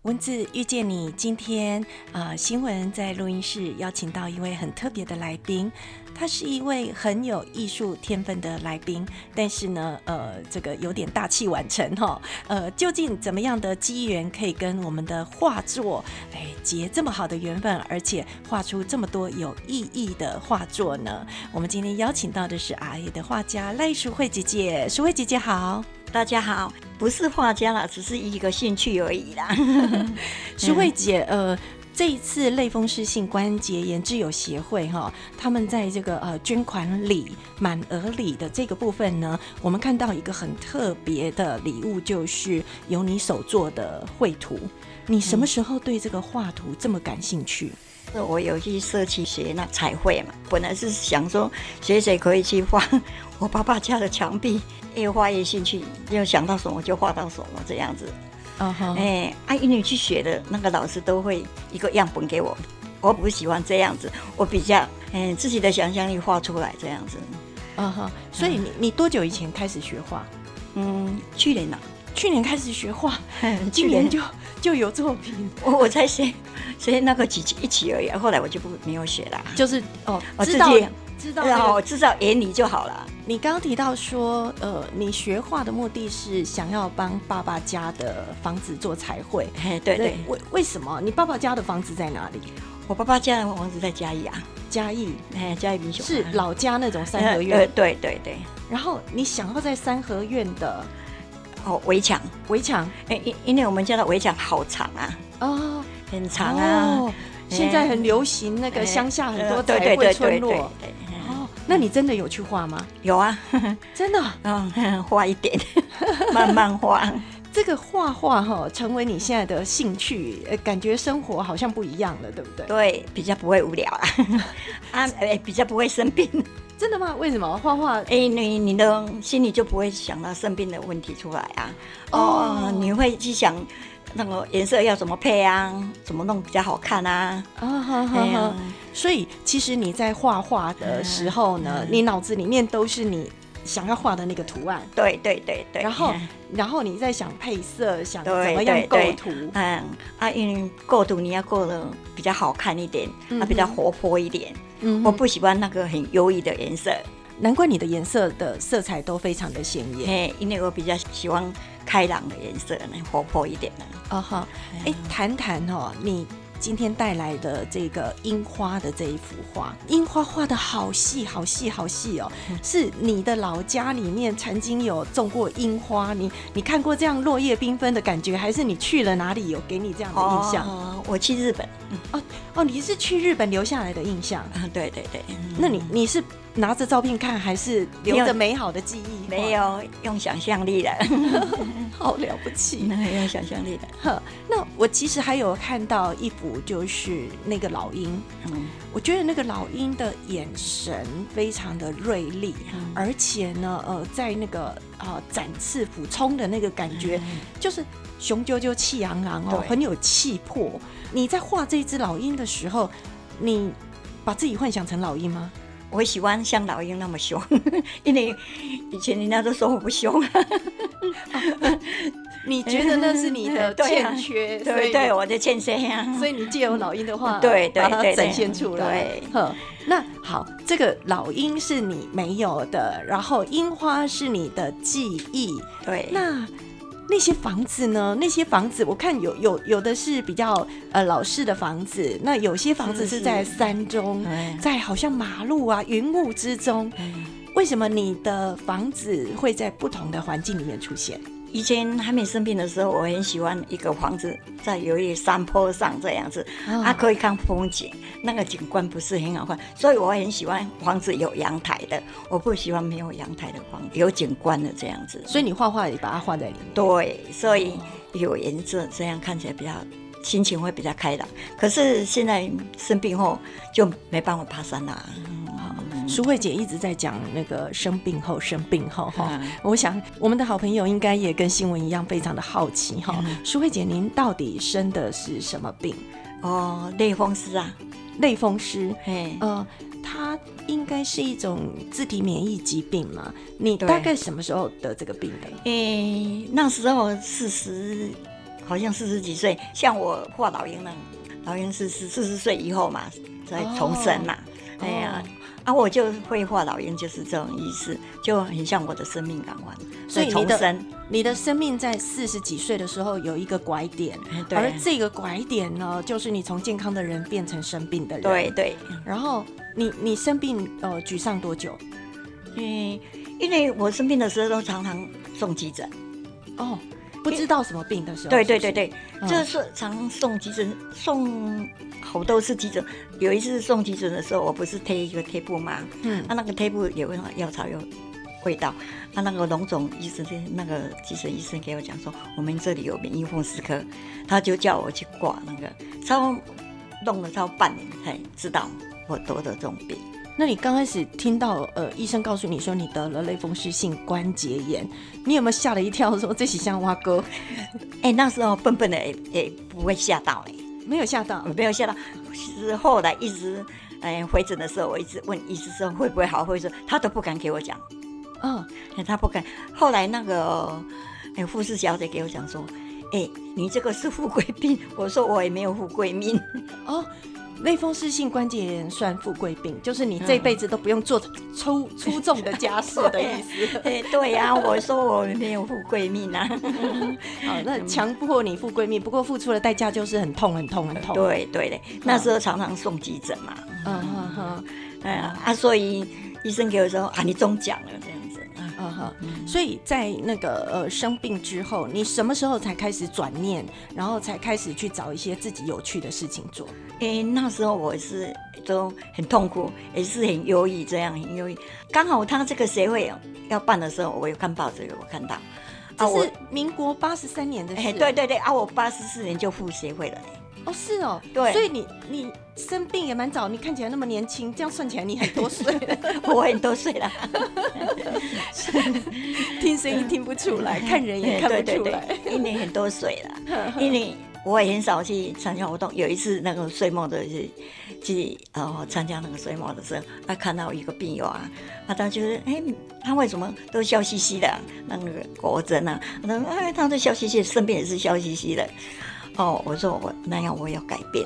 文字遇见你，今天新闻在录音室邀请到一位很特别的来宾，他是一位很有艺术天分的来宾，但是呢，这个有点大器晚成哈。究竟怎么样的机缘可以跟我们的画作结这么好的缘分，而且画出这么多有意义的画作呢？我们今天邀请到的是 RA 的画家赖淑慧姐姐，淑慧姐姐好。 大家好，不是画家啦，只是一个兴趣而已啦。 淑慧姐，这一次类风湿性关节炎之友协会他们在这个捐款礼满额礼的这个部分呢，我们看到一个很特别的礼物，就是有你手做的绘图。你什么时候对这个画图这么感兴趣？ 我有去社区学那彩绘嘛，本来是想说学可以去画我爸爸家的墙壁，越画越兴趣，就想到什么就画到什么这样子。因为去学的那个老师都会一个样本给我，我不喜欢这样子，我比较自己的想象力画出来这样子。 所以你多久以前开始学画？ 去年啊， 去年开始学画，今年就有作品。 我才学那个一起而已，后来我就没有学了。 就是我知道我知道原理就好了。 你刚刚提到说，你学画的目的是想要帮爸爸家的房子做彩绘。 对。 为什么？你爸爸家的房子在哪里？ 我爸爸家的房子在嘉义啊。 嘉义， 嘉义民雄是老家那种三合院。 对。 然后你想要在三合院的围墙，因为我们家的围墙好长啊，很长啊。 现在很流行那个乡下很多彩绘村落。那你真的有去画吗？ 有啊， 真的。 画一点，慢慢画。 这个画画成为你现在的兴趣，感觉生活好像不一样了，对不对？ 对，比较不会无聊比较不会生病。 真的吗？为什么画画？ 你的心里就不会想到生病的问题出来啊。你会去想那个颜色要怎么配啊，怎么弄比较好看啊。 所以其实你在画画的时候呢，你脑子里面都是你想要画的那个图案。对。然后你在想配色，想怎么样构图。 因为构图你要构的比较好看一点，比较活泼一点。我不喜欢那个很忧郁的颜色。 难怪你的颜色的色彩都非常的鲜艳。 因为我比较喜欢开朗的颜色，活泼一点的。 谈谈你今天带来的这个樱花的这一幅画，樱花画的好细好细好细哦。是你的老家里面曾经有种过樱花，你看过这样落叶缤纷的感觉，还是你去了哪里有给你这样的印象？ 我去日本。 你是去日本留下来的印象。 对。 那你是拿着照片看，还是留着美好的记忆？ 没有，用想象力的。 好了不起。 用想象力的。 那我其实还有看到一幅，就是那个老鹰。我觉得那个老鹰的眼神非常的锐利，而且呢，在那个展翅俯冲的那个感觉，就是雄赳赳气昂昂很有气魄。你在画这只老鹰的时候，你把自己幻想成老鹰吗？ 我喜欢像老鹰那么凶，因为以前人家都说我不凶。 你觉得那是你的欠缺？ 对，我的欠缺啊。 所以你借由老鹰的话， 对把它展现出来。 对。 那好，这个老鹰是你没有的，然后樱花是你的记忆。 对。 那些房子呢？那些房子我看有的是比较老式的房子，那有些房子是在山中，在好像马路啊云雾之中。为什么你的房子会在不同的环境里面出现？ 以前还没生病的时候，我很喜欢一个房子在有一个山坡上这样子，可以看风景，那个景观不是很好看，所以我很喜欢房子有阳台的，我不喜欢没有阳台的房子，有景观的这样子。 所以你画画也把它画在里面。 对，所以有颜色，这样看起来比较心情会比较开朗。可是现在生病后就没办法爬山啦。 淑慧姐一直在讲那个生病后我想我们的好朋友应该也跟新闻一样非常的好奇淑慧姐，您到底生的是什么病？ 类风湿啊。 类风湿。它应该是一种自体免疫疾病嘛？你大概什么时候得这个病的？ 那时候40 好像40几岁，像我画老鹰那种，老鹰是40岁以后嘛，再重生嘛。哎呀，我就会画老鹰，就是这种意思，就很像我的生命感官， 所以重生。 你的生命在40几岁的时候有一个拐点，而这个拐点呢，就是你从健康的人变成生病的人。 对对。 然后你生病沮丧多久？ 因为我生病的时候都常常送急诊。 哦。不知道什么病的时候， 对对对对，就是常送急诊，送好多次急诊。有一次送急诊的时候，我不是贴一个贴布吗？那个贴布有药草有味道。那个龙总医生，那个急诊医生给我讲说，我们这里有免疫风湿科，他就叫我去挂那个，弄了超半年才知道我得的这种病。 那你刚开始听到医生告诉你说你得了类风湿性关节炎，你有没有吓了一跳说这是像蛙哥？ 那时候笨笨的也不会吓到没有吓到， 没有吓到。是后来一直回诊的时候，我一直问医师说会不会好，会说他都不敢给我讲。他不敢。后来那个护士小姐给我讲说，你这个是富贵病。我说我也没有富贵命。 类风湿性关节炎算富贵病，就是你这辈子都不用做出重的家事的意思。 对呀，我说我没有富贵命啊。 好，那强迫你富贵命，不过付出的代价就是很痛很痛很痛。 对对的，那时候常常送急诊嘛。所以医生给我说你中奖了这样子。 所以在那个生病之后，你什么时候才开始转念，然后才开始去找一些自己有趣的事情做？ 那时候我是都很痛苦，也是很忧郁，这样很忧郁。刚好他这个协会要办的时候，我有看报纸，我看到。 这是民国83年的事。 对对对，我84年就赴协会了。 是哦， 对， 所以你生病也蛮早，你看起来那么年轻，这样算起来你很多岁了。 我很多岁了。 听声音听不出来，看人也看不出来。 对，因为很多岁了，因为我也很少去参加活动。有一次那个岁末的去参加那个岁末的时候，看到一个病友他觉得他为什么都笑嘻嘻的？那个国珍他都笑嘻嘻，生病也是笑嘻嘻的。我说那样我要改变。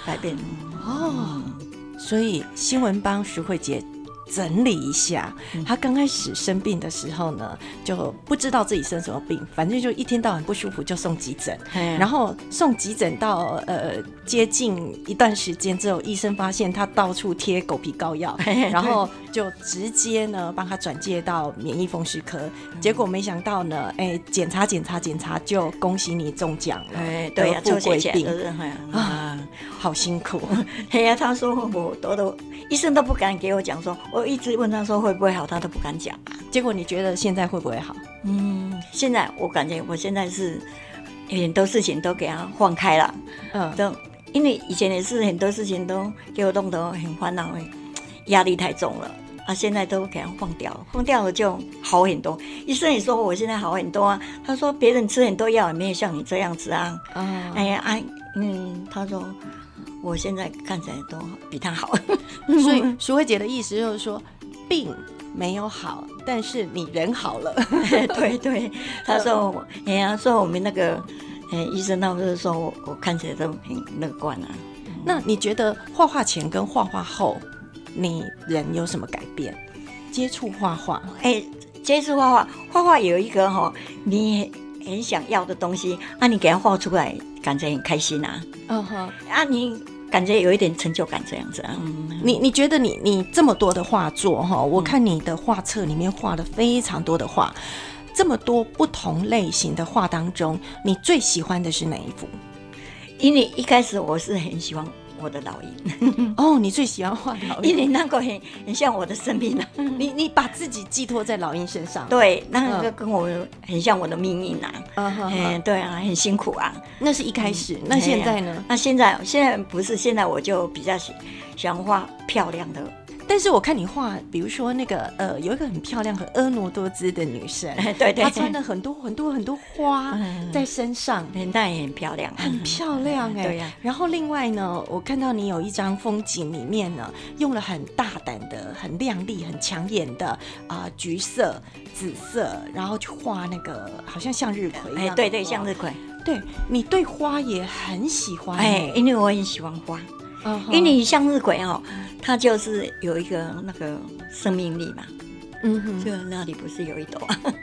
所以新闻帮徐慧杰整理一下，他刚开始生病的时候呢，就不知道自己生什么病，反正就一天到晚不舒服就送急诊，然后送急诊到接近一段时间之后，医生发现他到处贴狗皮膏药，然后就直接呢帮他转介到免疫风湿科，结果没想到呢，检查就恭喜你中奖了， 对呀， 富贵病好辛苦。 他说我得的，医生都不敢给我讲说，我一直问他说会不会好，他都不敢讲。 结果你觉得现在会不会好？ 现在我感觉我现在是很多事情都给他放开了，因为以前也是很多事情都给我弄得很烦恼，压力太重了。现在都给他放掉了就好很多。医生也说我现在好很多啊，他说别人吃很多药也没有像你这样子啊。他说我现在看起来都比他好。 所以淑慧姐的意思就是说，病没有好，但是你人好了。 对对，他说说我们那个医生他们就是说我看起来都很乐观啊。 那你觉得画画前跟画画后，你人有什么改变？接触画画， 接触画画有一个你很想要的东西你给它画出来，感觉很开心啊。你感觉有一点成就感这样子啊。 你觉得你这么多的画作我看你的画册里面画了非常多的画，这么多不同类型的画当中，你最喜欢的是哪一幅？ 因为一开始我是很喜欢我的老鹰。 你最喜欢画老鹰？ 因为那个很像我的生命啊。 你把自己寄托在老鹰身上。 对，那个跟我很像我的命运啊。对啊，很辛苦啊。 那是一开始。那现在呢？ 那现在不是，现在我就比较想画漂亮的。 但是我看你画，比如说那个有一个很漂亮、很婀娜多姿的女生， 对， 她穿了很多花在身上， 那也很漂亮， 很漂亮对呀。 然后另外呢，我看到你有一张风景里面呢，用了很大胆的、很亮丽、很抢眼的橘色、紫色，然后去画那个好像向日葵一样。 对，向日葵。 对，你对花也很喜欢因为我很喜欢花。因为向日葵它就是有一个那个生命力嘛，就那里不是有一朵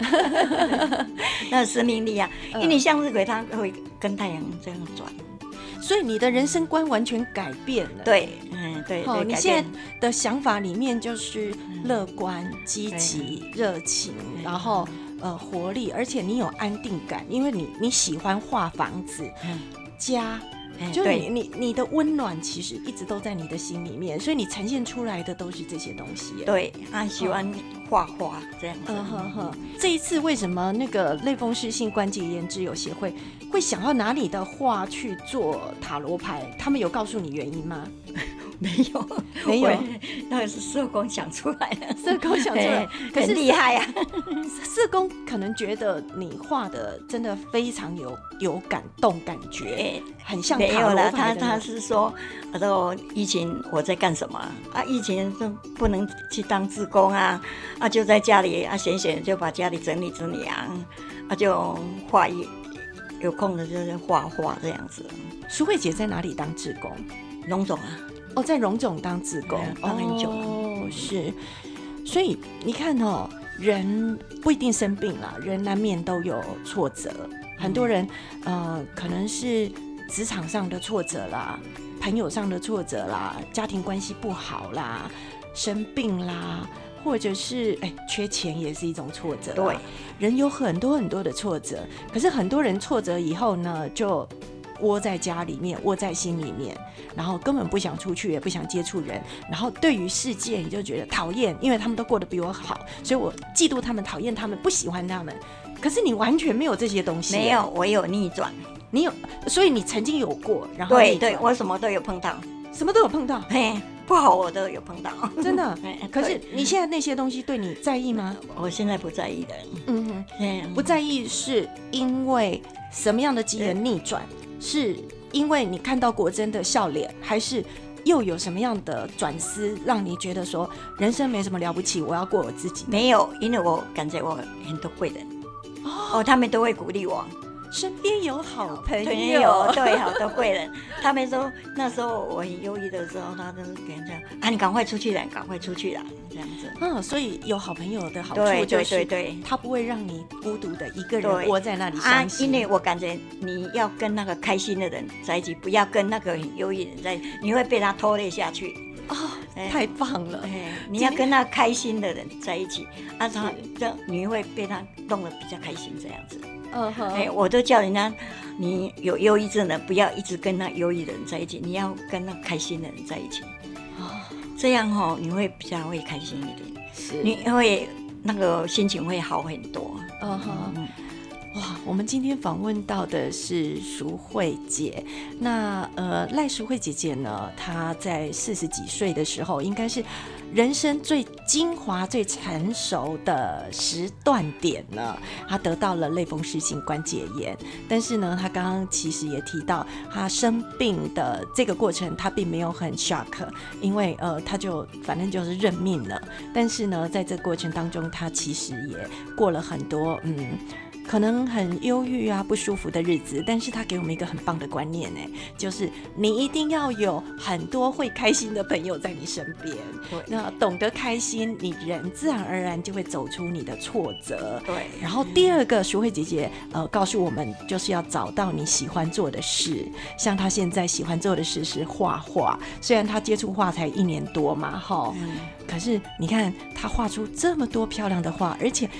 那生命力啊，因为向日葵它会跟太阳这样转， 所以你的人生观完全改变了。 对，对， 你现在的想法里面就是乐观、积极、热情，然后活力，而且你有安定感，因为你喜欢画房子、家。就是你的温暖其实一直都在你的心里面，所以你呈现出来的都是这些东西。 对，喜欢画画这样子。 这一次为什么那个类风湿性关节炎之友协会会想要拿你的画去做塔罗牌？他们有告诉你原因吗？ 没有，那个是社工想出来的。 社工想出来，可是很厉害啊！ 社工可能觉得你画的真的非常有感动，感觉很像塔罗牌的。 他是说，疫情我在干什么啊？疫情就不能去当志工啊，就在家里闲就把家里整理整理就画有空的就是画画这样子。 淑慧姐在哪里当志工？ 荣总在荣总当志工， 当很久了。 是，所以你看人不一定生病啦，人难免都有挫折。很多人可能是职场上的挫折啦，朋友上的挫折啦，家庭关系不好啦，生病啦，或者是缺钱也是一种挫折。 对， 人有很多很多的挫折，可是很多人挫折以后呢，就窝在家里面，窝在心里面，然后根本不想出去，也不想接触人，然后对于世界你就觉得讨厌，因为他们都过得比我好，所以我嫉妒他们，讨厌他们，不喜欢他们。可是你完全没有这些东西。 没有，我有逆转。 你有，所以你曾经有过，然后对，我什么都有碰到， 什么都有碰到， 不好我都有碰到， 真的。可是你现在那些东西对你在意吗？ 我现在不在意的。 不在意是因为什么样的机缘逆转？是因为你看到国珍的笑脸，还是又有什么样的转思让你觉得说人生没什么了不起，我要过我自己？ 没有，因为我感觉我很多贵人他们都会鼓励我， 身边有好朋友， 对，好多贵人。他们说那时候我很忧郁的时候，他都给人讲你赶快出去啦，赶快出去啦，这样子。 所以有好朋友的好处就是他不会让你孤独的一个人窝在那里伤心。 因为我感觉你要跟那个开心的人在一起，不要跟那个很忧郁的人在一起，你会被他拖累下去。 太棒了！ 你要跟那开心的人在一起，你会被他弄得比较开心，这样子。我都叫人家，你有忧郁症的，不要一直跟那忧郁的人在一起，你要跟那开心的人在一起。这样你会比较会开心一点，你会那个心情会好很多。哇，我们今天访问到的是淑慧姐。 那赖淑慧姐姐呢，她在40几岁的时候，应该是人生最精华、最成熟的时段点呢，她得到了类风湿性关节炎。但是呢，她刚刚其实也提到，她生病的这个过程，她并没有很 shock， 因为她就反正就是认命了。但是呢，在这个过程当中，她其实也过了很多可能很忧郁不舒服的日子，但是他给我们一个很棒的观念就是你一定要有很多会开心的朋友在你身边。那懂得开心，你人自然而然就会走出你的挫折。 对。 然后第二个，淑慧姐姐告诉我们，就是要找到你喜欢做的事。像她现在喜欢做的事是画画，虽然她接触画才1年多嘛，可是你看她画出这么多漂亮的画，而且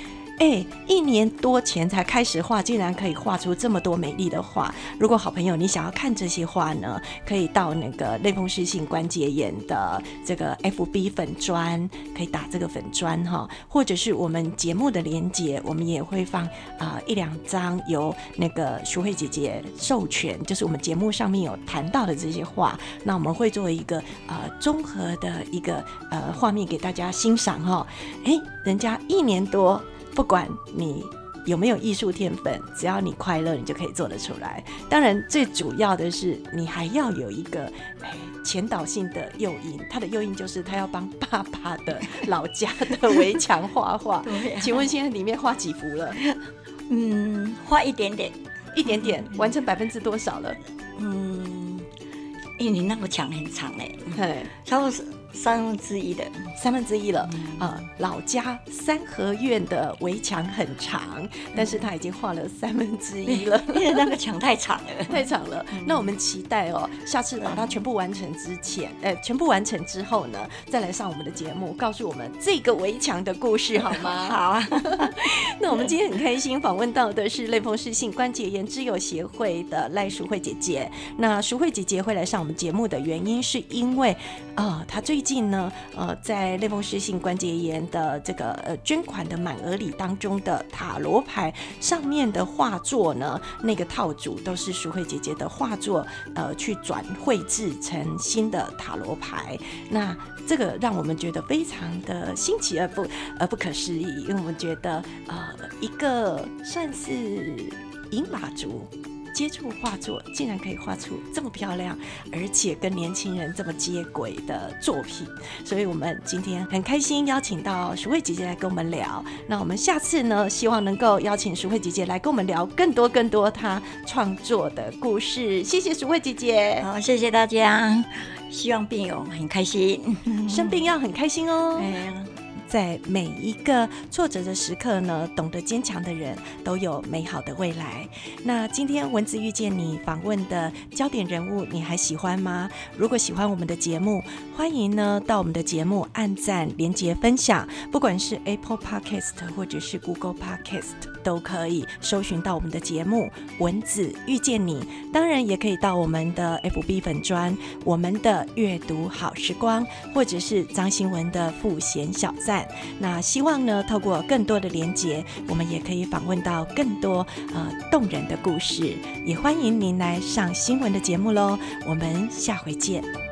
1年多前才开始画，竟然可以画出这么多美丽的画。如果好朋友你想要看这些画呢，可以到那个类风湿性关节炎的这个 FB 粉专，可以打这个粉专或者是我们节目的连结，我们也会放1-2张由那个淑慧姐姐授权，就是我们节目上面有谈到的这些画，那我们会做一个综合的一个画面给大家欣赏人家1年多。不管你有没有艺术天分，只要你快乐，你就可以做得出来。当然最主要的是你还要有一个前导性的诱因，他的诱因就是他要帮爸爸的老家的围墙画画请问现在里面画几幅了？ 画一点点， 一点点，完成多少了？ 你那个墙很长嘞，差不多1/3的 1/3了。老家三合院的围墙很长，但是他已经画了1/3了， 因为那个墙太长了， 太长了。那我们期待下次把它全部完成全部完成之后呢，再来上我们的节目，告诉我们这个围墙的故事，好吗？ 好啊。 那我们今天很开心访问到的是类风湿性关节炎之友协会的赖淑慧姐姐。那淑慧姐姐会来上我们节目的原因，是因为她最近呢，在类风湿性关节炎的这个捐款的满额礼当中的塔罗牌上面的画作呢，那个套组都是淑慧姐姐的画作，去转绘制成新的塔罗牌。那这个让我们觉得非常的新奇而不可思议，因为我们觉得一个算是银发族接触画作，竟然可以画出这么漂亮，而且跟年轻人这么接轨的作品，所以我们今天很开心邀请到淑慧姐姐来跟我们聊。那我们下次呢，希望能够邀请淑慧姐姐来跟我们聊更多她创作的故事。谢谢淑慧姐姐。 好，谢谢大家，希望病友很开心， 生病要很开心哦。在每一个挫折的时刻呢，懂得坚强的人都有美好的未来。那今天文字遇见你访问的焦点人物，你还喜欢吗？如果喜欢我们的节目，欢迎呢到我们的节目按赞、连结、分享，不管是 Apple Podcast 或者是 Google Podcast 都可以搜寻到我们的节目文字遇见你。当然也可以到我们的 FB 粉专，我们的阅读好时光，或者是张新文的赋闲小站。那希望呢，透过更多的连结，我们也可以访问到更多动人的故事。也欢迎您来上新闻的节目咯，我们下回见。